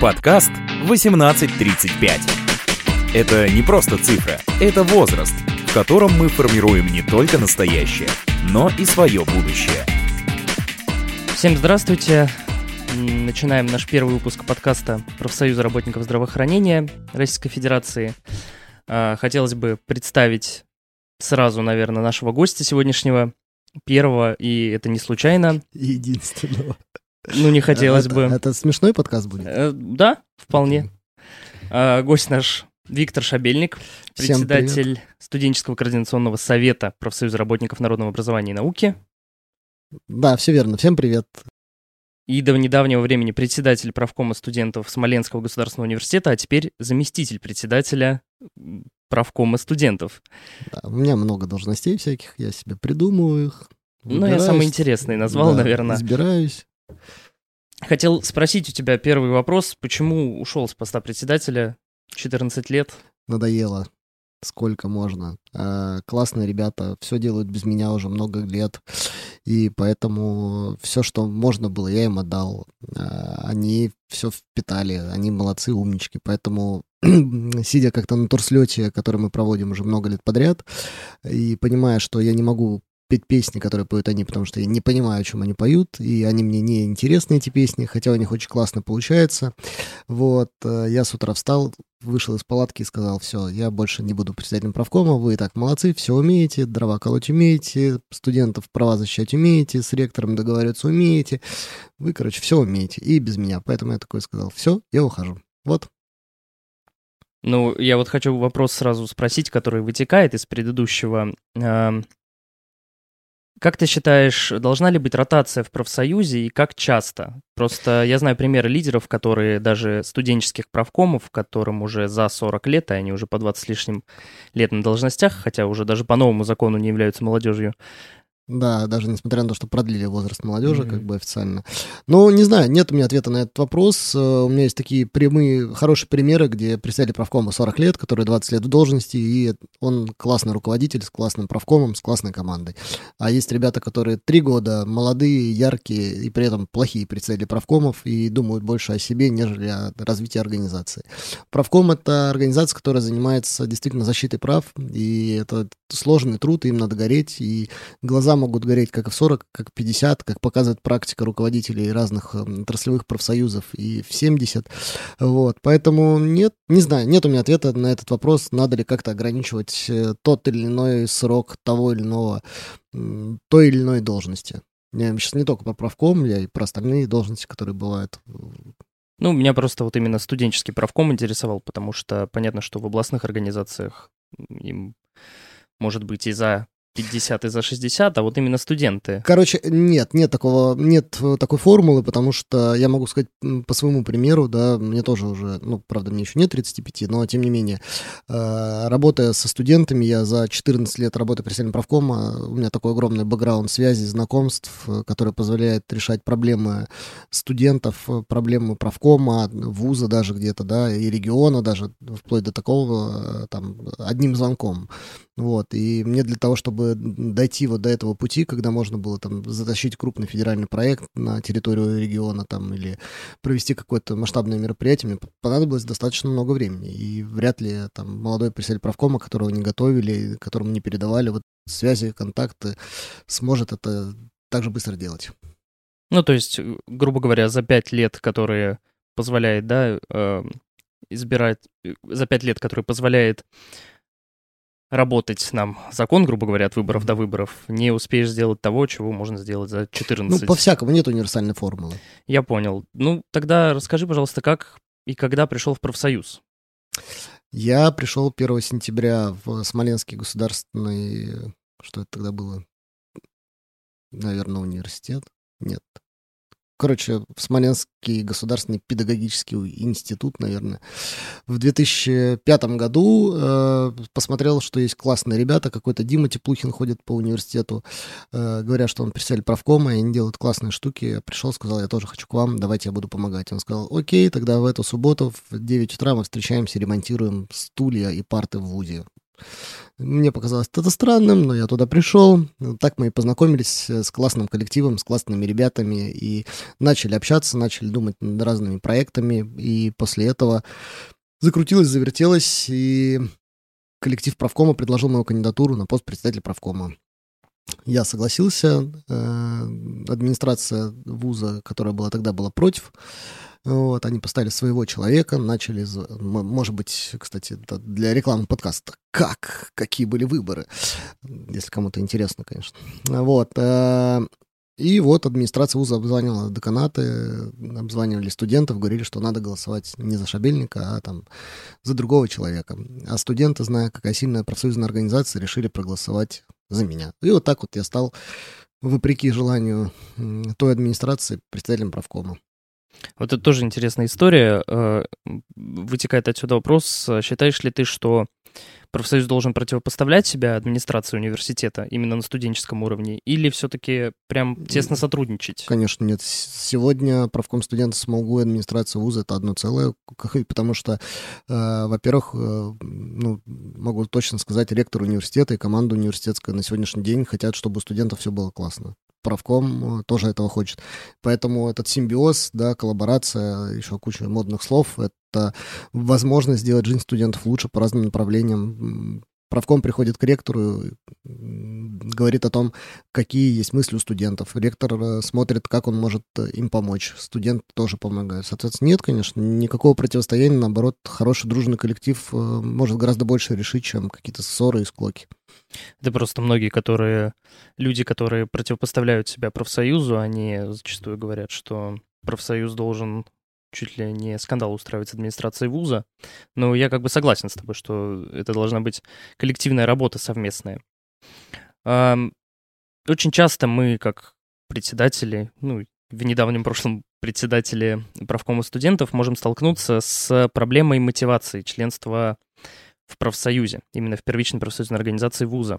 Подкаст 18-35. Это не просто цифра, это возраст, в котором мы формируем не только настоящее, но и свое будущее. Всем здравствуйте. Начинаем наш первый выпуск подкаста Профсоюза работников здравоохранения Российской Федерации. Хотелось бы представить сразу, наверное, нашего гостя сегодняшнего, первого, и это не случайно. Единственного. Ну, не хотелось бы. Это смешной подкаст будет? Да, вполне. Гость наш Виктор Шабельник, председатель студенческого координационного совета Профсоюза работников народного образования и науки. Да, все верно. Всем привет. И до недавнего времени председатель правкома студентов Смоленского государственного университета, а теперь заместитель председателя правкома студентов. Да, у меня много должностей всяких, я себе придумываю их. Ну, я самый интересный назвал, да, наверное. Избираюсь. Хотел спросить у тебя первый вопрос. Почему ушел с поста председателя? 14 лет. Надоело. Сколько можно. Классные ребята, все делают без меня уже много лет. И поэтому все, что можно было, я им отдал. Они все впитали, они молодцы, умнички. Поэтому, сидя как-то на турслете, который мы проводим уже много лет подряд, и понимая, что я не могу петь песни, которые поют они, потому что я не понимаю, о чем они поют, и они мне не интересны, эти песни, хотя у них очень классно получается. Вот, я с утра встал, вышел из палатки и сказал: все, я больше не буду председателем правкома, вы и так молодцы, все умеете, дрова колоть умеете, студентов права защищать умеете, с ректором договариваться умеете, вы, короче, все умеете, и без меня. Поэтому я такой сказал: все, я ухожу. Вот. Ну, я вот хочу вопрос сразу спросить, который вытекает из предыдущего. Как ты считаешь, должна ли быть ротация в профсоюзе и как часто? Просто я знаю примеры лидеров, которые даже студенческих правкомов, которым уже за 40 лет, а они уже по 20 с лишним лет на должностях, хотя уже даже по новому закону не являются молодежью. Да, даже несмотря на то, что продлили возраст молодежи, как бы официально. Но не знаю, нет у меня ответа на этот вопрос. У меня есть такие прямые, хорошие примеры, где председатель правкома 40 лет, который 20 лет в должности, и он классный руководитель с классным правкомом, с классной командой. А есть ребята, которые 3 года, молодые, яркие, и при этом плохие председатели правкомов, и думают больше о себе, нежели о развитии организации. Правком — это организация, которая занимается действительно защитой прав, и это сложный труд, им надо гореть, и глаза могут гореть как в 40, как в 50, как показывает практика руководителей разных отраслевых профсоюзов, и в 70. Вот. Поэтому нет, не знаю, нет у меня ответа на этот вопрос, надо ли как-то ограничивать тот или иной срок того или иного, той или иной должности. Я сейчас не только про правком, я и про остальные должности, которые бывают. Ну, меня просто вот именно студенческий правком интересовал, потому что понятно, что в областных организациях им может быть и за 50 и за 60, а вот именно студенты. Короче, нет такой формулы, потому что я могу сказать по своему примеру, да, мне тоже уже, ну, правда, мне еще нет 35, но тем не менее, работая со студентами, я за 14 лет работы председателем правкома, у меня такой огромный бэкграунд связей, знакомств, который позволяет решать проблемы студентов, проблемы правкома, вуза даже где-то, да, и региона даже, вплоть до такого, там, одним звонком. Вот, и мне для того, чтобы дойти вот до этого пути, когда можно было там затащить крупный федеральный проект на территорию региона там или провести какое-то масштабное мероприятие, мне понадобилось достаточно много времени. И вряд ли там молодой председатель правкома, которого не готовили, которому не передавали вот связи, контакты, сможет это так же быстро делать. Ну, то есть, грубо говоря, за 5 лет, которые позволяет, да, избирать, за 5 лет, которые позволяет работать нам закон, грубо говоря, от выборов до выборов, не успеешь сделать того, чего можно сделать за 14. Ну, по-всякому, нет универсальной формулы. Я понял. Ну, тогда расскажи, пожалуйста, как и когда пришел в профсоюз? Я пришел 1 сентября в Смоленский государственный... Что это тогда было? Наверное, университет? Нет. Короче, в Смоленский государственный педагогический институт, наверное. В 2005 году посмотрел, что есть классные ребята. Какой-то Дима Теплухин ходит по университету. Говорят, что он председатель правкома, и они делают классные штуки. Я пришел, сказал: я тоже хочу к вам, давайте я буду помогать. Он сказал: окей, тогда в эту субботу в 9 утра мы встречаемся, ремонтируем стулья и парты в вузе. Мне показалось это странным, но я туда пришел. Так мы и познакомились с классным коллективом, с классными ребятами, и начали общаться, начали думать над разными проектами, и после этого закрутилось, завертелось, и коллектив правкома предложил мою кандидатуру на пост председателя правкома. Я согласился, администрация вуза, которая была тогда, была против. Вот, они поставили своего человека, начали, может быть, кстати, это для рекламы подкаста, какие были выборы, если кому-то интересно, конечно. Вот, и вот администрация вуза обзванивала деканаты, обзванивали студентов, говорили, что надо голосовать не за Шабельника, а там за другого человека. А студенты, зная, какая сильная профсоюзная организация, решили проголосовать за меня. И вот так вот я стал, вопреки желанию той администрации, председателем правкома. Вот это тоже интересная история. Вытекает отсюда вопрос, считаешь ли ты, что профсоюз должен противопоставлять себя администрации университета именно на студенческом уровне, или все-таки прям тесно сотрудничать? Конечно, нет. Сегодня правком студентов СМЛГУ и администрация вуза — это одно целое, потому что, во-первых, могу точно сказать, ректор университета и команда университетская на сегодняшний день хотят, чтобы у студентов все было классно. Правком тоже этого хочет. Поэтому этот симбиоз, да, коллаборация, еще куча модных слов — это возможность сделать жизнь студентов лучше по разным направлениям. Правком приходит к ректору, говорит о том, какие есть мысли у студентов. Ректор смотрит, как он может им помочь. Студент тоже помогает. Соответственно, нет, конечно, никакого противостояния. Наоборот, хороший дружный коллектив может гораздо больше решить, чем какие-то ссоры и склоки. Это просто многие, люди, которые противопоставляют себя профсоюзу, они зачастую говорят, что профсоюз должен чуть ли не скандал устраивать с администрацией вуза. Но я как бы согласен с тобой, что это должна быть коллективная работа совместная. Очень часто мы, как председатели, в недавнем прошлом председатели правкома студентов, можем столкнуться с проблемой мотивации членства в профсоюзе, именно в первичной профсоюзной организации вуза.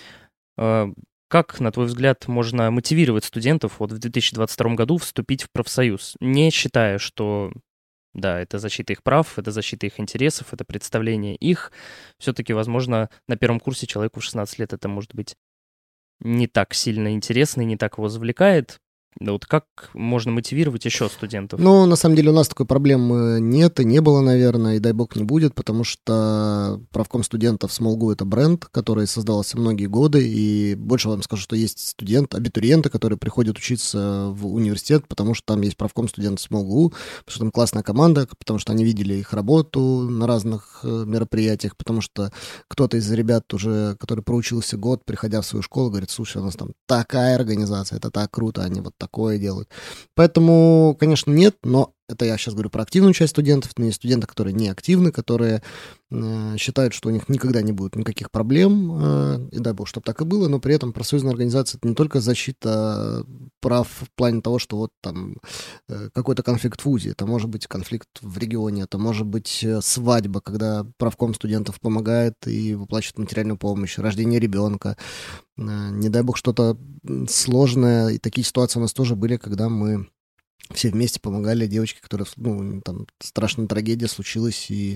Как, на твой взгляд, можно мотивировать студентов в 2022 году вступить в профсоюз, не считая, что, да, это защита их прав, это защита их интересов, это представление их. Все-таки, возможно, на первом курсе человеку в 16 лет это может быть не так сильно интересно и не так его завлекает. Да вот как можно мотивировать еще студентов? Ну, на самом деле у нас такой проблемы нет и не было, наверное, и дай бог не будет, потому что правком студентов СМЛГУ — это бренд, который создавался многие годы, и больше вам скажу, что есть абитуриенты, которые приходят учиться в университет, потому что там есть правком студентов СМЛГУ, потому что там классная команда, потому что они видели их работу на разных мероприятиях, потому что кто-то из ребят уже, который проучился год, приходя в свою школу, говорит: слушай, у нас там такая организация, это так круто, они вот такое делают. Поэтому, конечно, нет, но это я сейчас говорю про активную часть студентов, но есть студенты, которые не активны, которые считают, что у них никогда не будет никаких проблем, и дай бог, чтобы так и было, но при этом профсоюзная организация — это не только защита прав в плане того, что вот там какой-то конфликт в вузе, это может быть конфликт в регионе, это может быть свадьба, когда правком студентов помогает и выплачивает материальную помощь, рождение ребенка, не дай бог что-то сложное, и такие ситуации у нас тоже были, когда мы все вместе помогали девочке, которая, там страшная трагедия случилась, и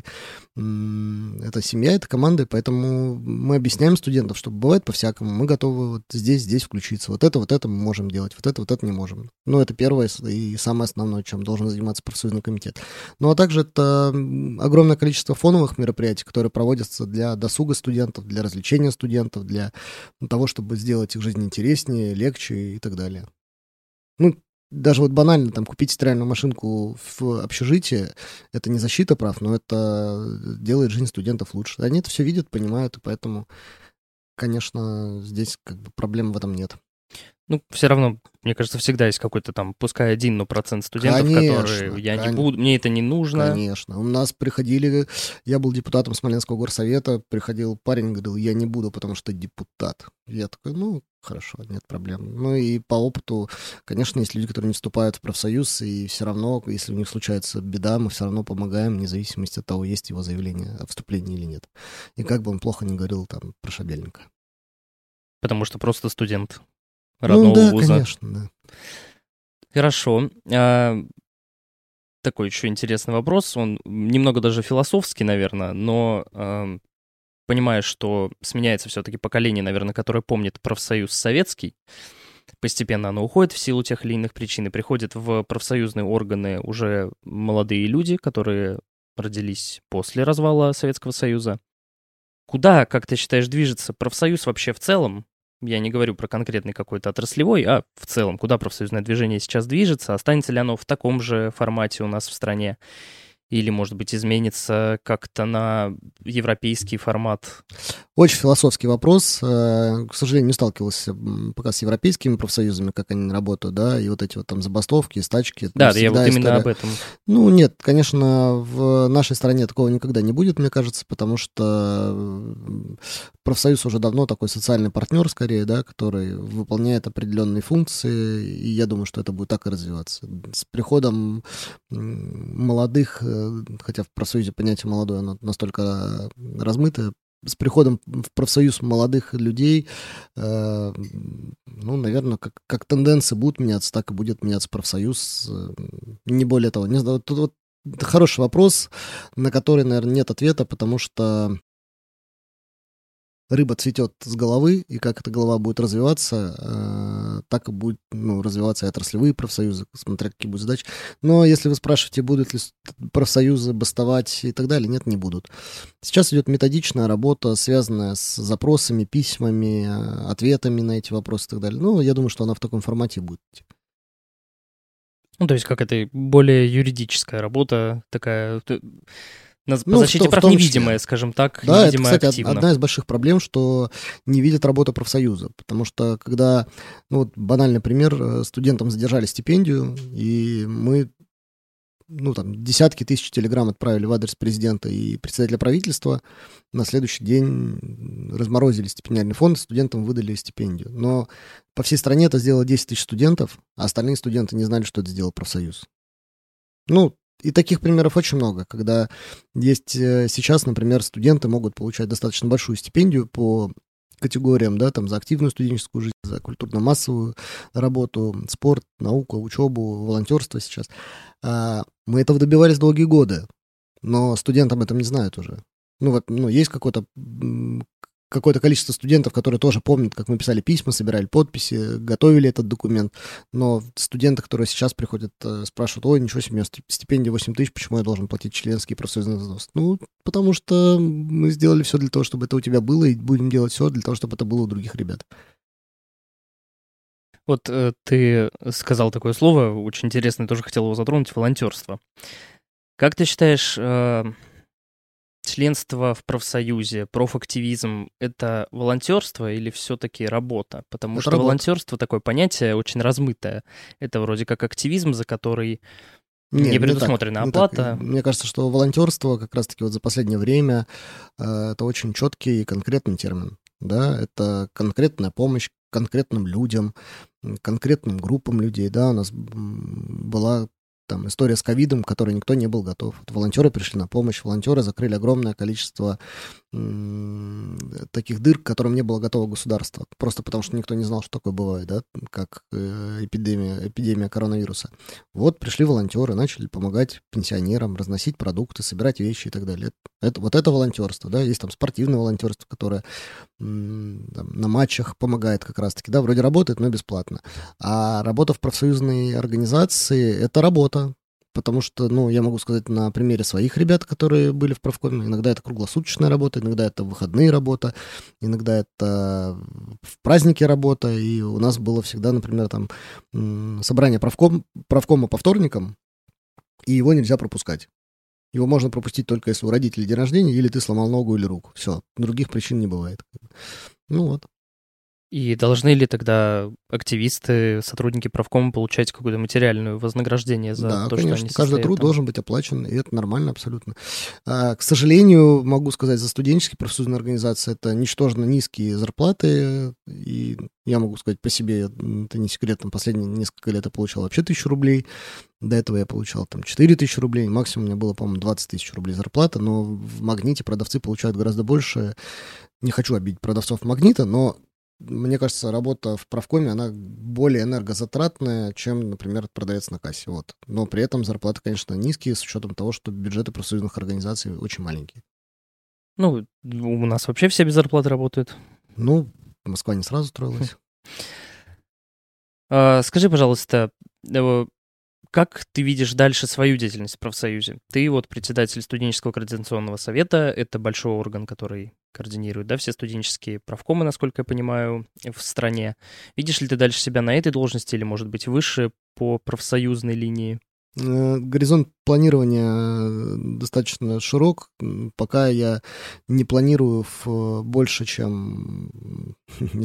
это семья, это команда, и поэтому мы объясняем студентам, что бывает по-всякому, мы готовы вот здесь включиться, вот это мы можем делать, вот это не можем. Ну, это первое и самое основное, чем должен заниматься профсоюзный комитет. Ну, а также это огромное количество фоновых мероприятий, которые проводятся для досуга студентов, для развлечения студентов, для того, чтобы сделать их жизнь интереснее, легче и так далее. Ну, даже вот банально там купить стиральную машинку в общежитии — это не защита прав, но это делает жизнь студентов лучше. Они это все видят, понимают, и поэтому, конечно, здесь как бы проблем в этом нет. Ну, все равно, мне кажется, всегда есть какой-то там, пускай 1, но процент студентов, которые не буду, мне это не нужно. Конечно. У нас приходили, я был депутатом Смоленского горсовета, приходил парень, говорил: я не буду, потому что депутат. Я такой: хорошо, нет проблем. Ну и по опыту, конечно, есть люди, которые не вступают в профсоюз, и все равно, если у них случается беда, мы все равно помогаем, вне зависимости от того, есть его заявление о вступлении или нет. И как бы он плохо не говорил там про Шабельника. Потому что просто студент родного вуза. Конечно, да. Хорошо. Такой еще интересный вопрос. Он немного даже философский, наверное, но понимая, что сменяется все-таки поколение, наверное, которое помнит профсоюз советский, постепенно оно уходит в силу тех или иных причин, и приходят в профсоюзные органы уже молодые люди, которые родились после развала Советского Союза. Куда, как ты считаешь, движется профсоюз вообще в целом? Я не говорю про конкретный какой-то отраслевой, а в целом, куда профсоюзное движение сейчас движется? Останется ли оно в таком же формате у нас в стране? Или, может быть, изменится как-то на европейский формат? Очень философский вопрос. К сожалению, не сталкивался пока с европейскими профсоюзами, как они работают, да, и вот эти вот там забастовки, стачки. Да, я вот именно об этом. Ну, нет, конечно, в нашей стране такого никогда не будет, мне кажется, потому что профсоюз уже давно такой социальный партнер, скорее, да, который выполняет определенные функции, и я думаю, что это будет так и развиваться. С приходом молодых, хотя в профсоюзе понятие «молодое» оно настолько размытое, с приходом в профсоюз молодых людей, ну, наверное, как тенденции будут меняться, так и будет меняться профсоюз. Не более того. Не знаю, тут вот это хороший вопрос, на который, наверное, нет ответа, потому что рыба цветет с головы, и как эта голова будет развиваться, так и будет, ну, развиваться и отраслевые профсоюзы, смотря какие будут задачи. Но если вы спрашиваете, будут ли профсоюзы бастовать и так далее, нет, не будут. Сейчас идет методичная работа, связанная с запросами, письмами, ответами на эти вопросы и так далее. Ну, я думаю, что она в таком формате будет. Ну, то есть как это более юридическая работа, такая... По защите прав невидимая, скажем так, да, невидимая это, кстати, активно. одна из больших проблем, что не видят работу профсоюза. Потому что, когда, ну, вот банальный пример, студентам задержали стипендию, и мы, ну, там, десятки тысяч телеграмм отправили в адрес президента и председателя правительства, на следующий день разморозили стипендиальный фонд, студентам выдали стипендию. Но по всей стране это сделало 10 тысяч студентов, а остальные студенты не знали, что это сделал профсоюз. Ну, и таких примеров очень много, когда есть сейчас, например, студенты могут получать достаточно большую стипендию по категориям, да, там, за активную студенческую жизнь, за культурно-массовую работу, спорт, науку, учебу, волонтерство сейчас. Мы этого добивались долгие годы, но студенты об этом не знают уже. Ну, есть какое-то количество студентов, которые тоже помнят, как мы писали письма, собирали подписи, готовили этот документ, но студенты, которые сейчас приходят, спрашивают: ой, ничего себе, у меня стипендия 8 тысяч, почему я должен платить членский профсоюзный взнос? Ну, потому что мы сделали все для того, чтобы это у тебя было, и будем делать все для того, чтобы это было у других ребят. Вот ты сказал такое слово, очень интересное, тоже хотел его затронуть, волонтерство. Как ты считаешь, членство в профсоюзе, профактивизм — это волонтерство или все-таки работа? Потому что волонтерство — такое понятие очень размытое. Это вроде как активизм, за который не предусмотрена оплата. Мне кажется, что волонтерство как раз-таки вот за последнее время это очень четкий и конкретный термин. Да, это конкретная помощь конкретным людям, конкретным группам людей. Да, у нас была там история с ковидом, к которой никто не был готов. Вот волонтеры пришли на помощь, волонтеры закрыли огромное количество таких дыр, к которым не было готово государство. Просто потому, что никто не знал, что такое бывает, да, как эпидемия коронавируса. Вот пришли волонтеры, начали помогать пенсионерам, разносить продукты, собирать вещи и так далее. Вот это волонтерство, да, есть там спортивное волонтерство, которое там, на матчах помогает как раз-таки, да, вроде работает, но бесплатно. А работа в профсоюзной организации — это работа. Потому что, ну, я могу сказать на примере своих ребят, которые были в профкоме, иногда это круглосуточная работа, иногда это выходные работа, иногда это в праздники работа, и у нас было всегда, например, там собрание профкома по вторникам, и его нельзя пропускать. Его можно пропустить только если у родителей день рождения, или ты сломал ногу или руку. Все, других причин не бывает. Ну вот. И должны ли тогда активисты, сотрудники профкома получать какое-то материальное вознаграждение за то, конечно, что они каждый труд должен быть оплачен, и это нормально абсолютно. К сожалению, могу сказать, за студенческие профсоюзные организации это ничтожно низкие зарплаты, и я могу сказать по себе, это не секрет, там последние несколько лет я получал вообще 1000 рублей, до этого я получал там 4000 рублей, максимум у меня было, по-моему, 20 тысяч рублей зарплата, но в Магните продавцы получают гораздо больше. Не хочу обидеть продавцов Магнита, но мне кажется, работа в профкоме, она более энергозатратная, чем, например, продавец на кассе. Вот. Но при этом зарплаты, конечно, низкие, с учетом того, что бюджеты профсоюзных организаций очень маленькие. Ну, у нас вообще все без зарплаты работают. Ну, Москва не сразу строилась. Скажи, пожалуйста, как ты видишь дальше свою деятельность в профсоюзе? Ты вот председатель студенческого координационного совета, это большой орган, который координирует, да, все студенческие правкомы, насколько я понимаю, в стране. Видишь ли ты дальше себя на этой должности или, может быть, выше по профсоюзной линии? Горизонт планирования достаточно широк. Пока я не планирую больше, чем...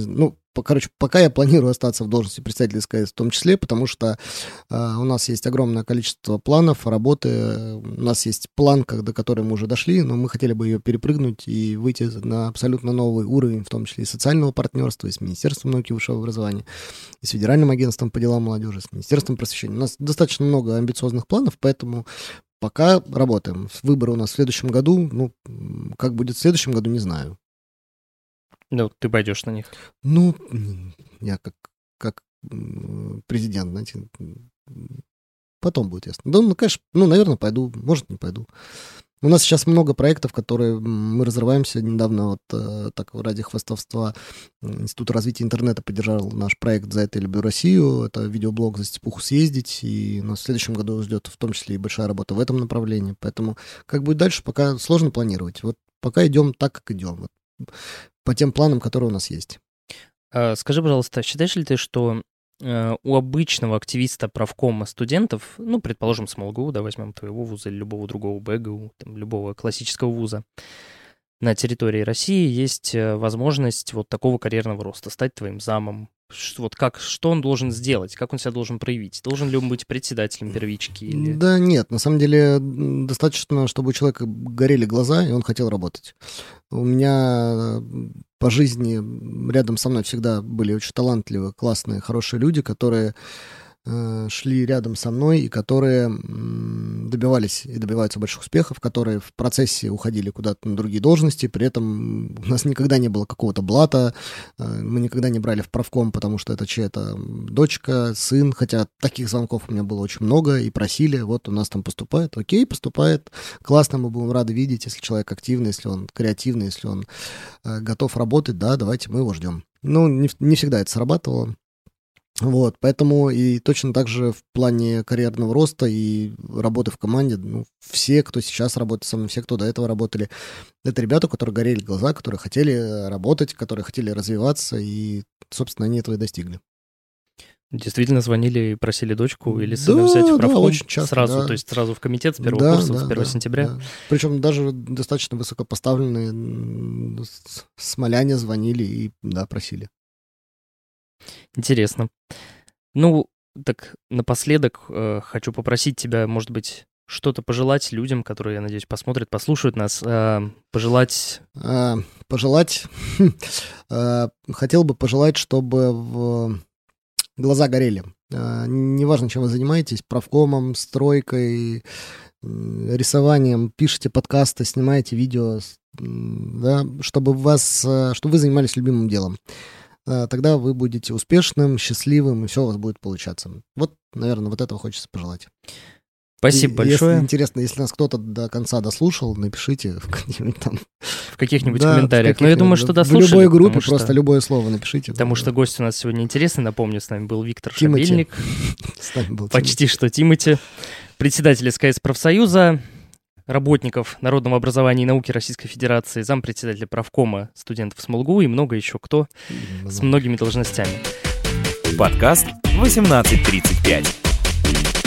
пока я планирую остаться в должности председателя СКС в том числе, потому что у нас есть огромное количество планов, работы. У нас есть планка, до которой мы уже дошли, но мы хотели бы ее перепрыгнуть и выйти на абсолютно новый уровень, в том числе и социального партнерства, и с Министерством науки и высшего образования, и с Федеральным агентством по делам молодежи, с Министерством просвещения. У нас достаточно много амбициозных планов, поэтому пока работаем. Выборы у нас в следующем году. Как будет в следующем году, не знаю. Ну, ты пойдешь на них. Ну, я как президент, знаете, потом будет ясно. Да, конечно, наверное, пойду, может, не пойду. У нас сейчас много проектов, которые мы разрываемся. Недавно так ради хвастовства Институт развития интернета поддержал наш проект «За это я люблю Россию». Это видеоблог «За Степуху съездить». И нас в следующем году ждет в том числе и большая работа в этом направлении. Поэтому как будет дальше, пока сложно планировать. Вот пока идем так, как идем. По тем планам, которые у нас есть. Скажи, пожалуйста, считаешь ли ты, что у обычного активиста правкома студентов, предположим, с МЛГУ, да, возьмем твоего вуза или любого другого БГУ, любого классического вуза, на территории России есть возможность вот такого карьерного роста, стать твоим замом? Что он должен сделать? Как он себя должен проявить? Должен ли он быть председателем первички? Или... Да нет, на самом деле достаточно, чтобы у человека горели глаза, и он хотел работать. У меня по жизни рядом со мной всегда были очень талантливые, классные, хорошие люди, которые шли рядом со мной и которые добивались и добиваются больших успехов, которые в процессе уходили куда-то на другие должности, при этом у нас никогда не было какого-то блата, мы никогда не брали в правком, потому что это чья-то дочка, сын, хотя таких звонков у меня было очень много, и просили, вот у нас там поступает, окей, поступает, классно, мы будем рады видеть, если человек активный, если он креативный, если он готов работать, да, давайте мы его ждем. Не всегда это срабатывало. Вот, поэтому и точно так же в плане карьерного роста и работы в команде, все, кто сейчас работает со мной, все, кто до этого работали, это ребята, у которых горели глаза, которые хотели работать, которые хотели развиваться, и, собственно, они этого и достигли. Действительно звонили и просили дочку или сына взять в правком очень часто, сразу, то есть сразу в комитет с первого курса, с 1 сентября? Да. Причем даже достаточно высокопоставленные смоляне звонили и, да, просили. Интересно. Так напоследок хочу попросить тебя, может быть, что-то пожелать людям, которые, я надеюсь, посмотрят, послушают нас, пожелать... Хотел бы пожелать, чтобы глаза горели. Неважно, чем вы занимаетесь, правкомом, стройкой, рисованием, пишите подкасты, снимаете видео, да, чтобы вы занимались любимым делом. Тогда вы будете успешным, счастливым, и все у вас будет получаться. Вот, наверное, вот этого хочется пожелать. Спасибо большое. Если интересно, если нас кто-то до конца дослушал, напишите в каких-нибудь комментариях. Но я думаю, что дослушали. В любой группе просто любое слово напишите. Потому что гость у нас сегодня интересный. Напомню, с нами был Виктор Шабельник. С нами был почти что Тимати. Председатель СКС профсоюза, работников народного образования и науки Российской Федерации, зампредседателя правкома студентов с МЛГУ и много еще кто с многими должностями. Подкаст 1835.